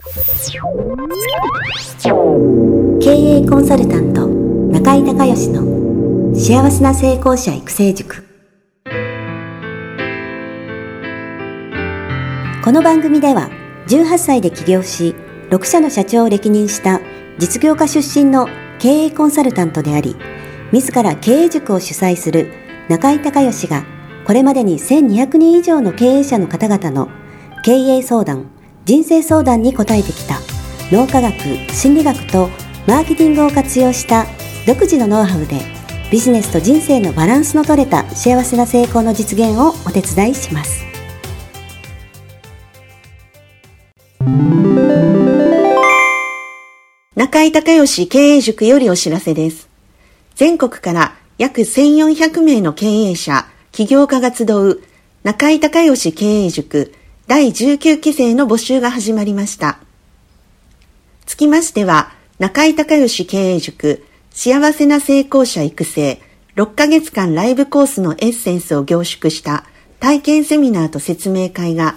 経営コンサルタント中井孝義の幸せな成功者育成塾。この番組では18歳で起業し6社の社長を歴任した実業家出身の経営コンサルタントであり、自ら経営塾を主催する中井孝義がこれまでに1200人以上の経営者の方々の経営相談、人生相談に応えてきた脳科学、心理学とマーケティングを活用した独自のノウハウでビジネスと人生のバランスの取れた幸せな成功の実現をお手伝いします。 中井孝義経営塾よりお知らせです。全国から約1400名の経営者、起業家が集う中井孝義経営塾第19期生の募集が始まりました。つきましては、中井孝義経営塾幸せな成功者育成6ヶ月間ライブコースのエッセンスを凝縮した体験セミナーと説明会が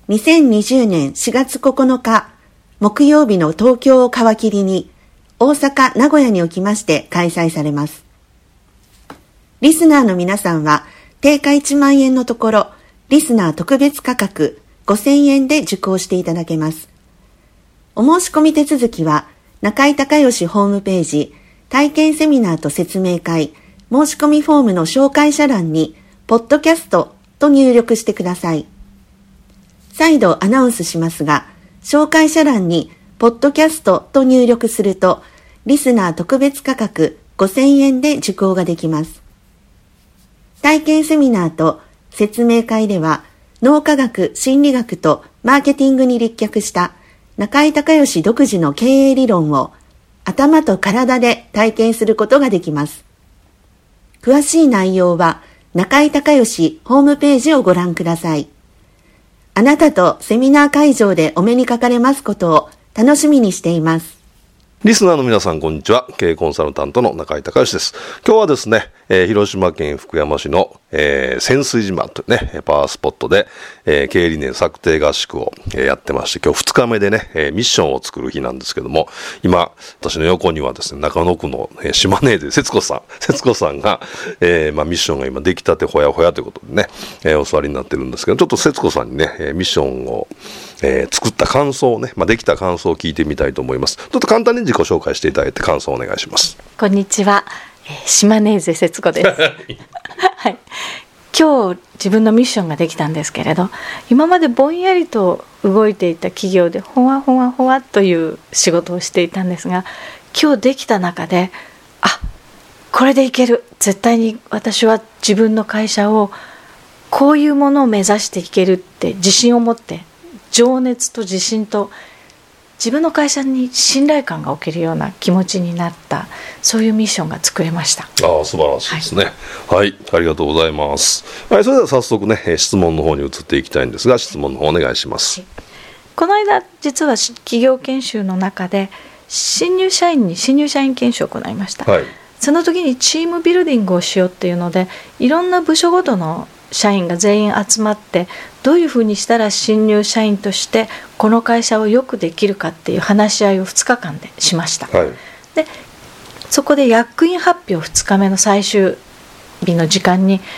2020年4月9日木曜日の東京を皮切りに大阪、名古屋におきまして開催されます。リスナーの皆さんは定価1万円のところ、リスナー特別価格5000円で受講していただけます。お申し込み手続きは中井孝義ホームページ体験セミナーと説明会申し込みフォームの紹介者欄にポッドキャストと入力してください。再度アナウンスしますが、紹介者欄にポッドキャストと入力するとリスナー特別価格5000円で受講ができます。体験セミナーと説明会では脳科学、心理学とマーケティングに立脚した中井孝義独自の経営理論を頭と体で体験することができます。詳しい内容は中井孝義ホームページをご覧ください。あなたとセミナー会場でお目にかかれますことを楽しみにしています。 リスナーの皆さんこんにちは。経営コンサルタントの中井孝義です。今日はですね、広島県福山市の、潜水島というねパワースポットで、経営理念策定合宿を、やってまして、今日2日目でね、ミッションを作る日なんですけども、今私の横にはですね、中野区の、島根で節子さんが、ミッションが今できたてほやほやということでね、お座りになってるんですけど、ちょっと節子さんにね、ミッションを、作った感想をね、できた感想を聞いてみたいと思います。ちょっと簡単に自己紹介していただいて感想をお願いします。 こんにちは、島根勢節子です、はい、今日自分のミッションができたんですけれど、今までぼんやりと動いていた企業でほわほわほわという仕事をしていたんですが、今日できた中でこれでいける、絶対に私は自分の会社をこういうものを目指していけるって自信を持って、情熱と自信と自分の会社に信頼感が起きるような気持ちになった、そういうミッションが作れました。 素晴らしいですね。はい、ありがとうございます。はい、それでは早速ね、質問の方に移っていきたいんですが、質問の方お願いします。 この間実は企業研修の中で新入社員に新入社員研修を行いました、その時にチームビルディングをしようっていうので、いろんな部署ごとの社員が全員集まって、どういうふうにしたら新入社員としてこの会社をよくできるかっていう話し合いを2日間でしました、でそこで役員発表2日目の最終日の時間に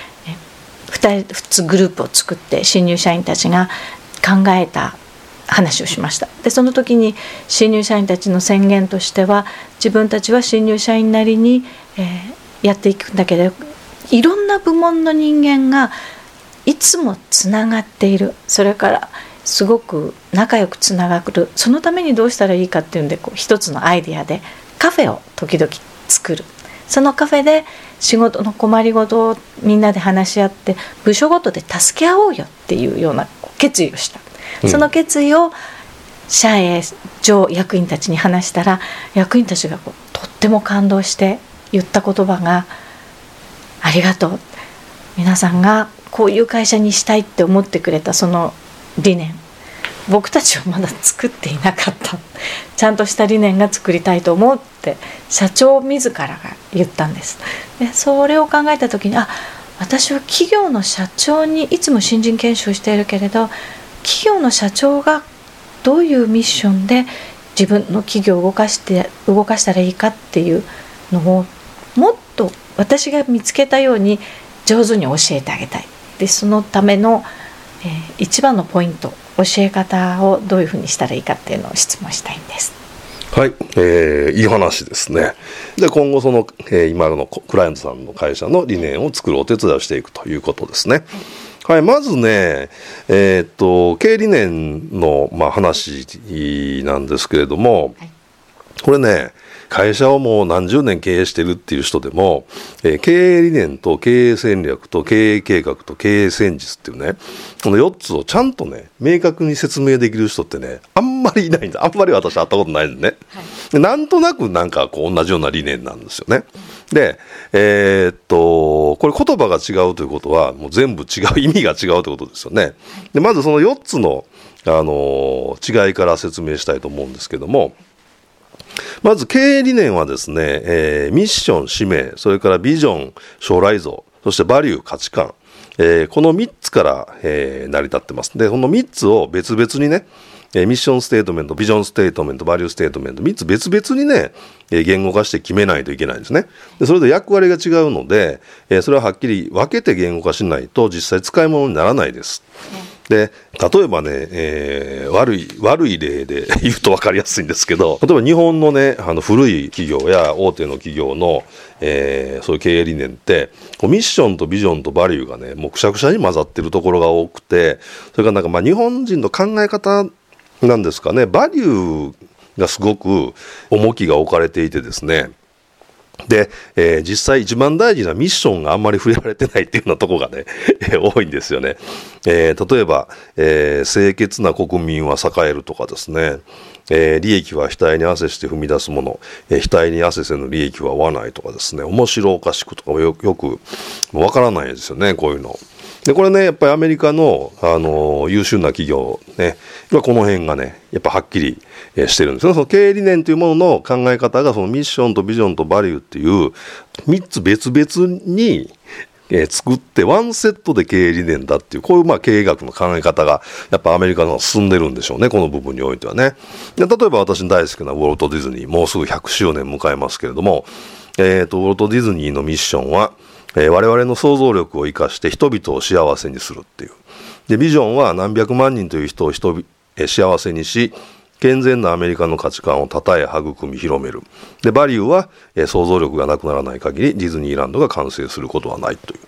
2つグループを作って、新入社員たちが考えた話をしました。でその時に新入社員たちの宣言としては、自分たちは新入社員なりに、やっていくんだけど、いろんな部門の人間がいつもつながっている、それからすごく仲良くつながる、そのためにどうしたらいいかっていうんで、一つのアイデアでカフェを時々作る。そのカフェで仕事の困りごとをみんなで話し合って、部署ごとで助け合おうよっていうような決意をした、その決意を社営上役員たちに話したら、役員たちがとっても感動して言った言葉が、ありがとう、皆さんがこういう会社にしたいって思ってくれたその理念、僕たちはまだ作っていなかった、ちゃんとした理念が作りたいと思うって社長自らが言ったんです。でそれを考えた時に、私は企業の社長にいつも新人研修しているけれど、企業の社長がどういうミッションで自分の企業を動かしたらいいかっていうのをもっと私が見つけたように上手に教えてあげたい。でそのための、一番のポイント、教え方をどういうふうにしたらいいかっていうのを質問したいんです。 はい、いい話ですね。で今後その、今のクライアントさんの会社の理念を作るお手伝いをしていくということですね。はい、まずね、経営理念の、話なんですけれども、これね、会社をもう何十年経営してるっていう人でも、経営理念と経営戦略と経営計画と経営戦術っていうね、この4つをちゃんとね、明確に説明できる人ってね、あんまりいないんだ。あんまり私会ったことないんでね。でなんとなくなんかこう同じような理念なんですよね。で、これ言葉が違うということは、もう全部違う、意味が違うということですよね。で、まずその4つの、違いから説明したいと思うんですけども、まず経営理念はですね、ミッション、使命、それからビジョン、将来像、そしてバリュー、価値観、この3つから、成り立ってます。で、この3つを別々にね、ミッションステートメント、ビジョンステートメント、バリューステートメント、3つ別々にね、言語化して決めないといけないんですね。でそれで役割が違うので、それははっきり分けて言語化しないと実際使い物にならないです。で例えばね、悪い例で言うと分かりやすいんですけど、例えば日本のね、古い企業や大手の企業の、そういう経営理念ってミッションとビジョンとバリューがね、もうくしゃくしゃに混ざってるところが多くて、それからなんか日本人の考え方なんですかね、バリューがすごく重きが置かれていてですね、で、実際一番大事なミッションがあんまり触れられてないっていうようなところがね、多いんですよね。例えば、清潔な国民は栄えるとかですね、利益は額に汗して踏み出すもの、額に汗せぬ利益は負わないとかですね、面白おかしくとかもよくわからないですよね、こういうの。でこれね、やっぱりアメリカの、優秀な企業ね、この辺がね、やっぱはっきりしてるんですよ。その経営理念というものの考え方が、そのミッションとビジョンとバリューっていう3つ別々に作ってワンセットで経営理念だっていう、こういう経営学の考え方がやっぱアメリカの進んでるんでしょうね、この部分においてはね。で例えば私の大好きなウォルト・ディズニー、もうすぐ100周年迎えますけれども、ウォルト・ディズニーのミッションは我々の想像力を生かして人々を幸せにするっていう。でビジョンは何百万人という人を幸せにし、健全なアメリカの価値観をたたえ育み広める。でバリューは想像力がなくならない限りディズニーランドが完成することはないという。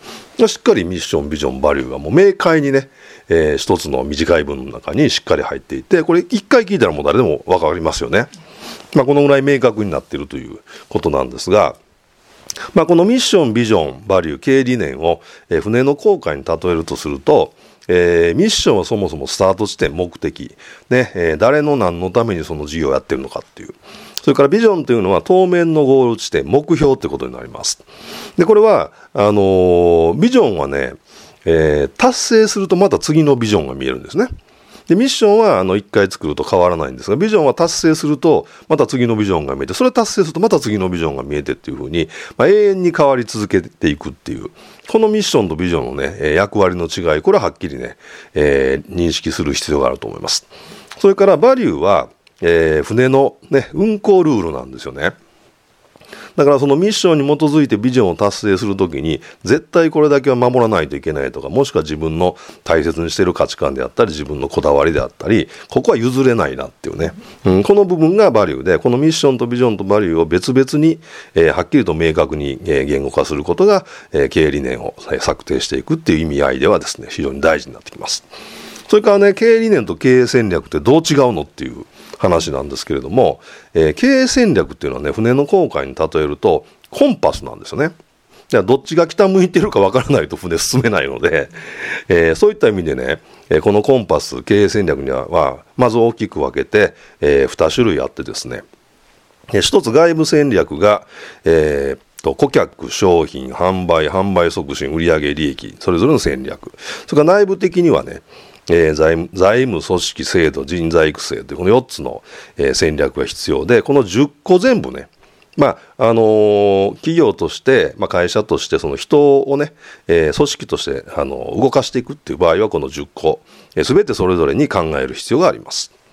しっかりミッション、ビジョン、バリューがもう明快にね、一つの短い文の中にしっかり入っていて、これ一回聞いたらもう誰でも分かりますよね。このぐらい明確になっているということなんですが、このミッション、ビジョン、バリュー、経営理念を、船の航海に例えるとすると、ミッションはそもそもスタート地点、目的、ね、誰の何のためにその事業をやってるのかっていう。それからビジョンというのは当面のゴール地点、目標ってことになります。で、これは、ビジョンはね、達成するとまた次のビジョンが見えるんですね。でミッションは1回作ると変わらないんですが、ビジョンは達成するとまた次のビジョンが見えて、それ達成するとまた次のビジョンが見えてっていうふうに、永遠に変わり続けていくっていう、このミッションとビジョンのね、役割の違い、これははっきりね、認識する必要があると思います。それからバリューは、船の、ね、運航ルールなんですよね。だからそのミッションに基づいてビジョンを達成するときに絶対これだけは守らないといけないとか、もしくは自分の大切にしている価値観であったり自分のこだわりであったり、ここは譲れないなっていうね、この部分がバリューで、このミッションとビジョンとバリューを別々に、はっきりと明確に、言語化することが、経営理念を策定していくっていう意味合いではですね、非常に大事になってきます。それからね、経営理念と経営戦略ってどう違うのっていう話なんですけれども、経営戦略っていうのはね、船の航海に例えるとコンパスなんですよね。どっちが北向いてるかわからないと船進めないので、そういった意味でね、このコンパス、経営戦略にはまず大きく分けて、2種類あってですね、一つ外部戦略が、顧客、商品、販売促進、売上利益、それぞれの戦略。それから内部的にはね、財務、組織、制度、人材育成というこの4つの、戦略が必要で、この10個全部ね、企業として、会社としてその人をね、組織として動かしていくっていう場合はこの10個、全てそれぞれに考える必要があります。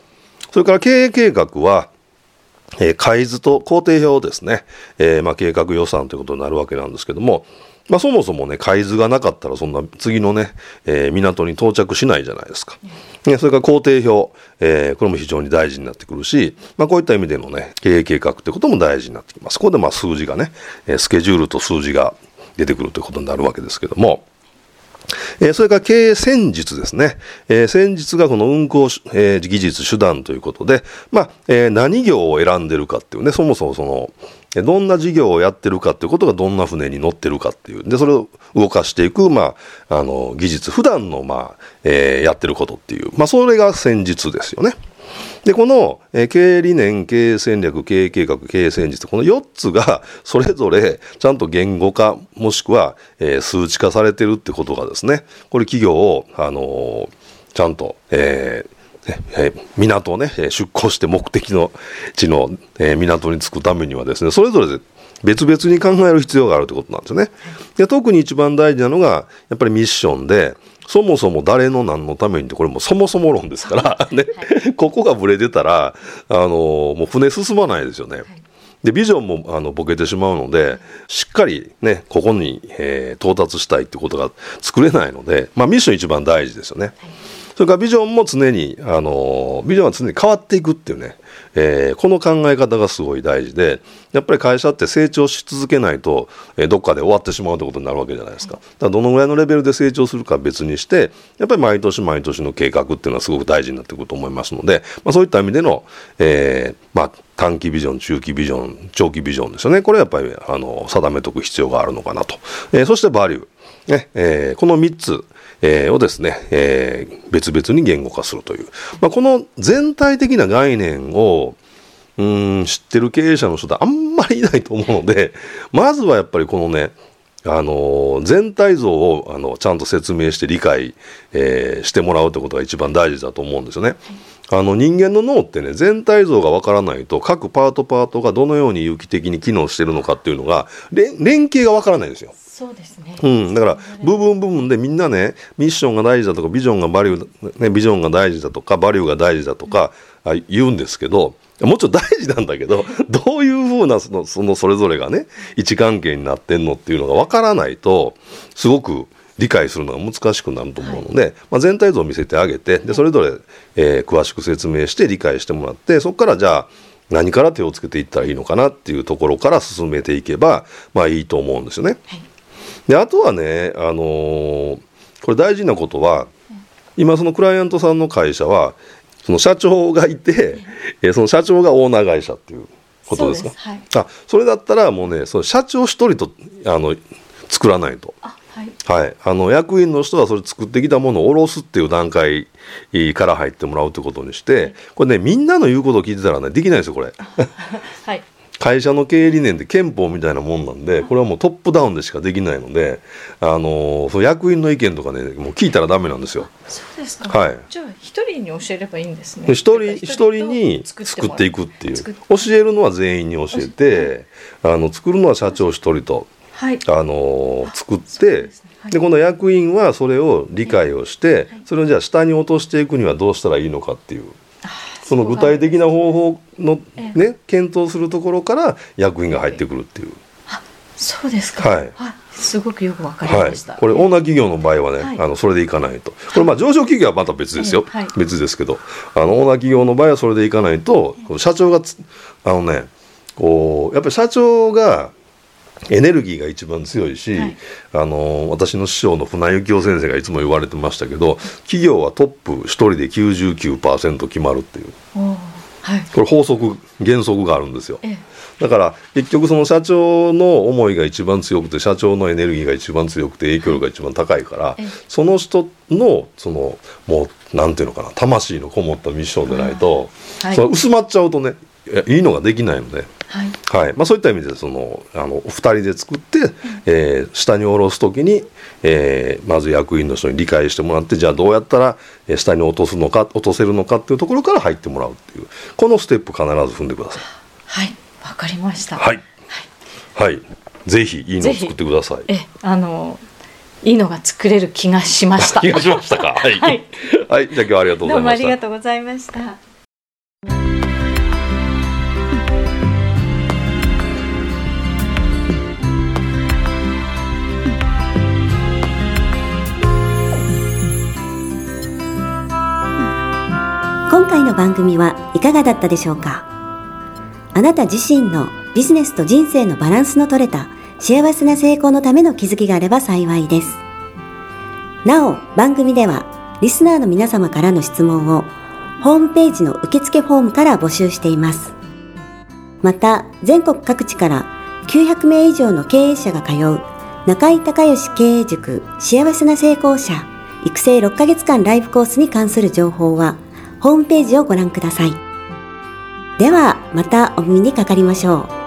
それから経営計画は海図と工程表ですね、計画予算ということになるわけなんですけども、そもそもね海図がなかったらそんな次のね、港に到着しないじゃないですか。それから工程表、これも非常に大事になってくるし、こういった意味でのね経営計画ってことも大事になってきます。ここで数字がね、スケジュールと数字が出てくるということになるわけですけども、それから経営戦術ですね。戦術がこの運航、技術手段ということで、何業を選んでるかっていうね、そもそもそのどんな事業をやってるかっていうことがどんな船に乗ってるかっていうで、それを動かしていく技術、普段のやってることっていう、それが戦術ですよね。でこの経営理念、経営戦略、経営計画、経営戦術、この4つがそれぞれちゃんと言語化もしくは数値化されてるってことがですね、これ企業をちゃんと港をね出港して目的の地の港に着くためにはですね、それぞれ別々に考える必要があるということなんですよね。で特に一番大事なのがやっぱりミッションで、そもそも誰の何のためにって、これもそもそも論ですからね、ここがブレてたらもう船進まないですよね。でビジョンもボケてしまうので、しっかりねここに、到達したいってことが作れないので、ミッション一番大事ですよね。それからビジョンも常にビジョンは常に変わっていくっていうね、この考え方がすごい大事で、やっぱり会社って成長し続けないと、どっかで終わってしまうということになるわけじゃないですか。だからどのぐらいのレベルで成長するかは別にして、やっぱり毎年毎年の計画っていうのはすごく大事になってくると思いますので、そういった意味での、短期ビジョン、中期ビジョン、長期ビジョンですよね。これはやっぱり定めておく必要があるのかなと。そしてバリュー、この3つをですね、別々に言語化するという、この全体的な概念を知ってる経営者の人ってあんまりいないと思うので、まずはやっぱりこのね全体像をちゃんと説明して理解、してもらうということが一番大事だと思うんですよね。人間の脳ってね、全体像がわからないと各パートがどのように有機的に機能しているのかっていうのが連携がわからないんですよ。 そうですね。 だから部分でみんなね、ミッションが大事だとかビジョンが大事だとかバリューが大事だとか言うんですけど、もちろん大事なんだけど、どういうふうなそれぞれがね位置関係になってんのっていうのがわからないとすごく理解するのが難しくなると思うので、全体像を見せてあげて、でそれぞれ、詳しく説明して理解してもらって、そこからじゃあ何から手をつけていったらいいのかなっていうところから進めていけばいいと思うんですよね。であとはね、これ大事なことは、今そのクライアントさんの会社はその社長がいて、その社長がオーナー会社っていうことですか。それだったらもうね、その社長一人と作らないと。役員の人はそれ作ってきたものを下ろすっていう段階から入ってもらうということにして、これねみんなの言うことを聞いてたらねできないですよこれ。会社の経営理念って憲法みたいなもんなんで、これはもうトップダウンでしかできないので、その役員の意見とかねもう聞いたらダメなんですよ。 そうですか。じゃあ一人に教えればいいんですね。 一人に作っていくっていう、教えるのは全員に教えて、作るのは社長一人と、作って、でこの役員はそれを理解をして、それをじゃあ下に落としていくにはどうしたらいいのかっていう、その具体的な方法の検討するところから役員が入ってくるっていう。 そうですか。すごくよくわかりました。 これオーナー企業の場合はね、それでいかないと。これ上場企業はまた別ですよ。別ですけど、オーナー企業の場合はそれでいかないと、社長がやっぱり社長がエネルギーが一番強いし、私の師匠の船井幸雄先生がいつも言われてましたけど、企業はトップ1人で 99% 決まるっていう、これ原則があるんですよ。だから結局その社長の思いが一番強くて、社長のエネルギーが一番強くて、影響力が一番高いから、その人のもうなんていうのかな、魂のこもったミッションでないと、その薄まっちゃうとねいいのができないので、そういった意味でお二人で作って、下に下ろすときに、まず役員の人に理解してもらって、じゃあどうやったら下に落とせるのかっていうところから入ってもらうっていう、このステップ必ず踏んでください。 わかりました。 ぜひいいのを作ってください。 いいのが作れる気がしました。 気がしましたか。じゃあ今日はありがとうございました。 どうもありがとうございました。 番組はいかがだったでしょうか。あなた自身のビジネスと人生のバランスの取れた幸せな成功のための気づきがあれば幸いです。なお、番組ではリスナーの皆様からの質問をホームページの受付フォームから募集しています。また、全国各地から900名以上の経営者が通う中井隆義経営塾幸せな成功者育成6ヶ月間ライブコースに関する情報はホームページをご覧ください。ではまたお耳にかかりましょう。